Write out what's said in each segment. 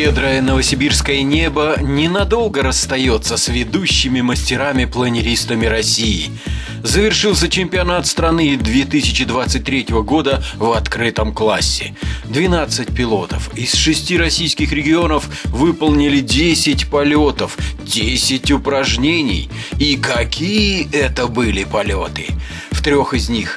Щедрое новосибирское небо ненадолго расстается с ведущими мастерами-планеристами России. Завершился чемпионат страны 2023 года в открытом классе. 12 пилотов из 6 российских регионов выполнили 10 полетов, 10 упражнений. И какие это были полеты! В 3 из них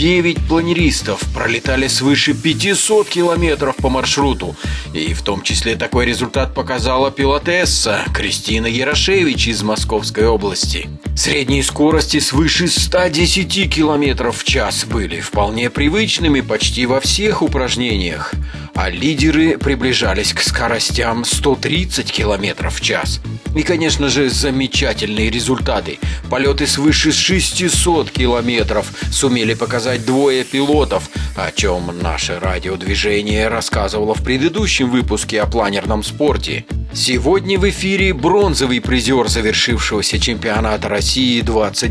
9 планеристов пролетали свыше 500 километров по маршруту. И в том числе такой результат показала пилотесса Кристина Ярошевич из Московской области. Средние скорости свыше 110 километров в час были вполне привычными почти во всех упражнениях. А лидеры приближались к скоростям 130 километров в час. И, конечно же, замечательные результаты. Полеты свыше 600 километров сумели показать 2 пилотов, о чем наше радиодвижение рассказывало в предыдущем выпуске о планерном спорте. Сегодня в эфире бронзовый призер завершившегося чемпионата России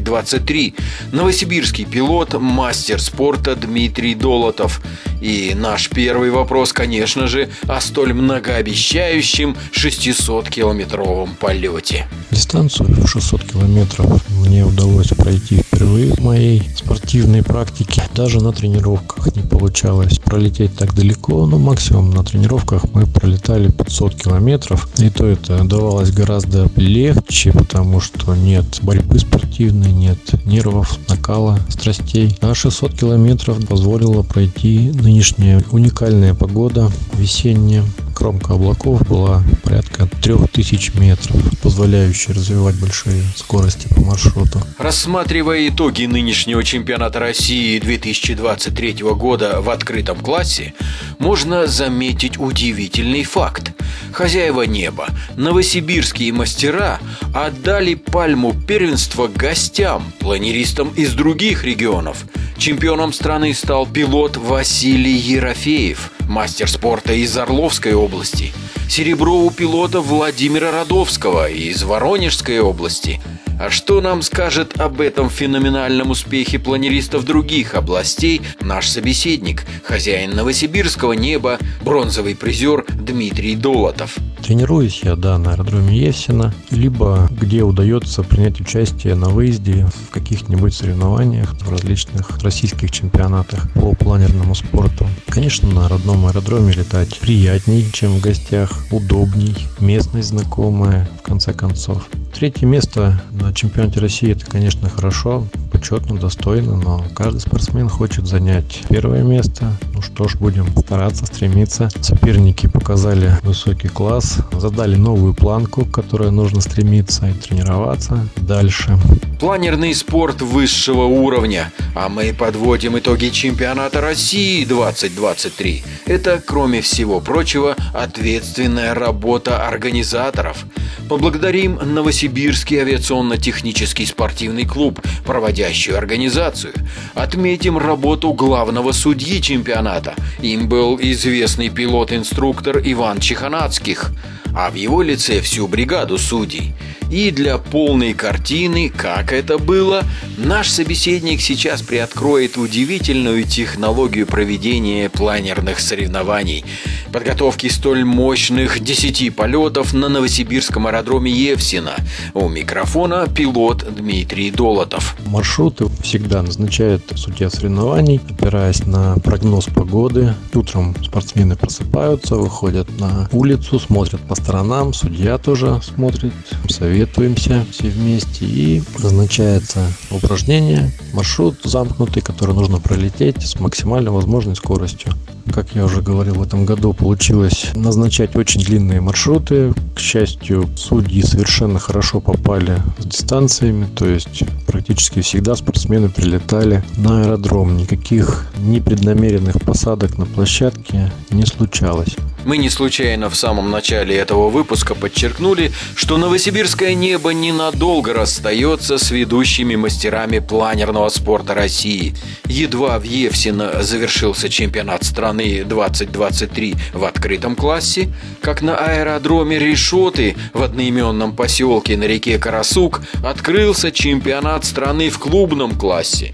2023, новосибирский пилот, мастер спорта Дмитрий Долотов. И наш первый вопрос, конечно же, о столь многообещающем 600-километровом полете. Дистанцию в 600 километров мне удалось пройти впервые в моей спортивной практике. Даже на тренировках не получалось пролететь так далеко, но максимум на тренировках мы пролетали 500 километров. И то это давалось гораздо легче, потому что нет борьбы спортивной, нет нервов, накала, страстей. А 600 километров позволило пройти нынешняя уникальная погода весенняя. Кромка облаков была порядка 3000 метров, позволяющая развивать большие скорости по маршруту. Рассматривая итоги нынешнего чемпионата России 2023 года в открытом классе, можно заметить удивительный факт. Хозяева неба, новосибирские мастера, отдали пальму первенства гостям, планеристам из других регионов. Чемпионом страны стал пилот Василий Ерофеев, мастер спорта из Орловской области. Серебро у пилота Владимира Радовского из Воронежской области. А что нам скажет об этом феноменальном успехе планеристов других областей наш собеседник, хозяин новосибирского неба, бронзовый призер Дмитрий Долотов? Тренируюсь я, на аэродроме Евсина, либо где удается принять участие на выезде в каких-нибудь соревнованиях, в различных российских чемпионатах по планерному спорту. Конечно, на родном аэродроме летать приятней, чем в гостях, удобней, местность знакомая, в конце концов. 3 место на чемпионате России — это, конечно, хорошо, почетно, достойно, но каждый спортсмен хочет занять 1 место. Ну что ж, будем стараться, стремиться. Соперники показали высокий класс, задали новую планку, к которой нужно стремиться и тренироваться дальше. Планерный спорт высшего уровня, а мы подводим итоги чемпионата России 2023. Это, кроме всего прочего, ответственная работа организаторов. Поблагодарим Новосибирский авиационно-технический спортивный клуб, проводящий организацию. Отметим работу главного судьи чемпионата. Им был известный пилот-инструктор Иван Чеханацких, а в его лице всю бригаду судей. И для полной картины, как это было, наш собеседник сейчас приоткроет удивительную технологию проведения планерных соревнований, подготовки столь мощных 10 полетов на новосибирском аэродроме Евсина. У микрофона пилот Дмитрий Долотов. Маршруты всегда назначает судья соревнований, опираясь на прогноз погоды. Утром спортсмены просыпаются, выходят на улицу, смотрят по сторонам, судья тоже смотрит, советуемся все вместе, и назначается упражнение, маршрут замкнутый, который нужно пролететь с максимально возможной скоростью. Как я уже говорил, в этом году получилось назначать очень длинные маршруты. К счастью, судьи совершенно хорошо попали с дистанциями, то есть практически всегда спортсмены прилетали на аэродром. Никаких непреднамеренных посадок на площадке не случалось. Мы не случайно в самом начале этого выпуска подчеркнули, что новосибирское небо ненадолго расстается с ведущими мастерами планерного спорта России. Едва в Евсино завершился чемпионат страны 2023 в открытом классе, как на аэродроме Решоты в одноименном поселке на реке Карасук открылся чемпионат страны в клубном классе.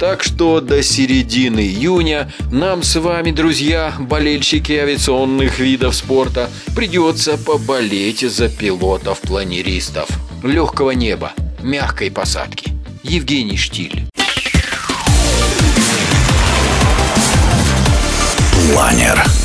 Так что до середины июня нам с вами, друзья, болельщики авиационных видов спорта, придется поболеть за пилотов-планеристов. Легкого неба, мягкой посадки. Евгений Штиль. Планер.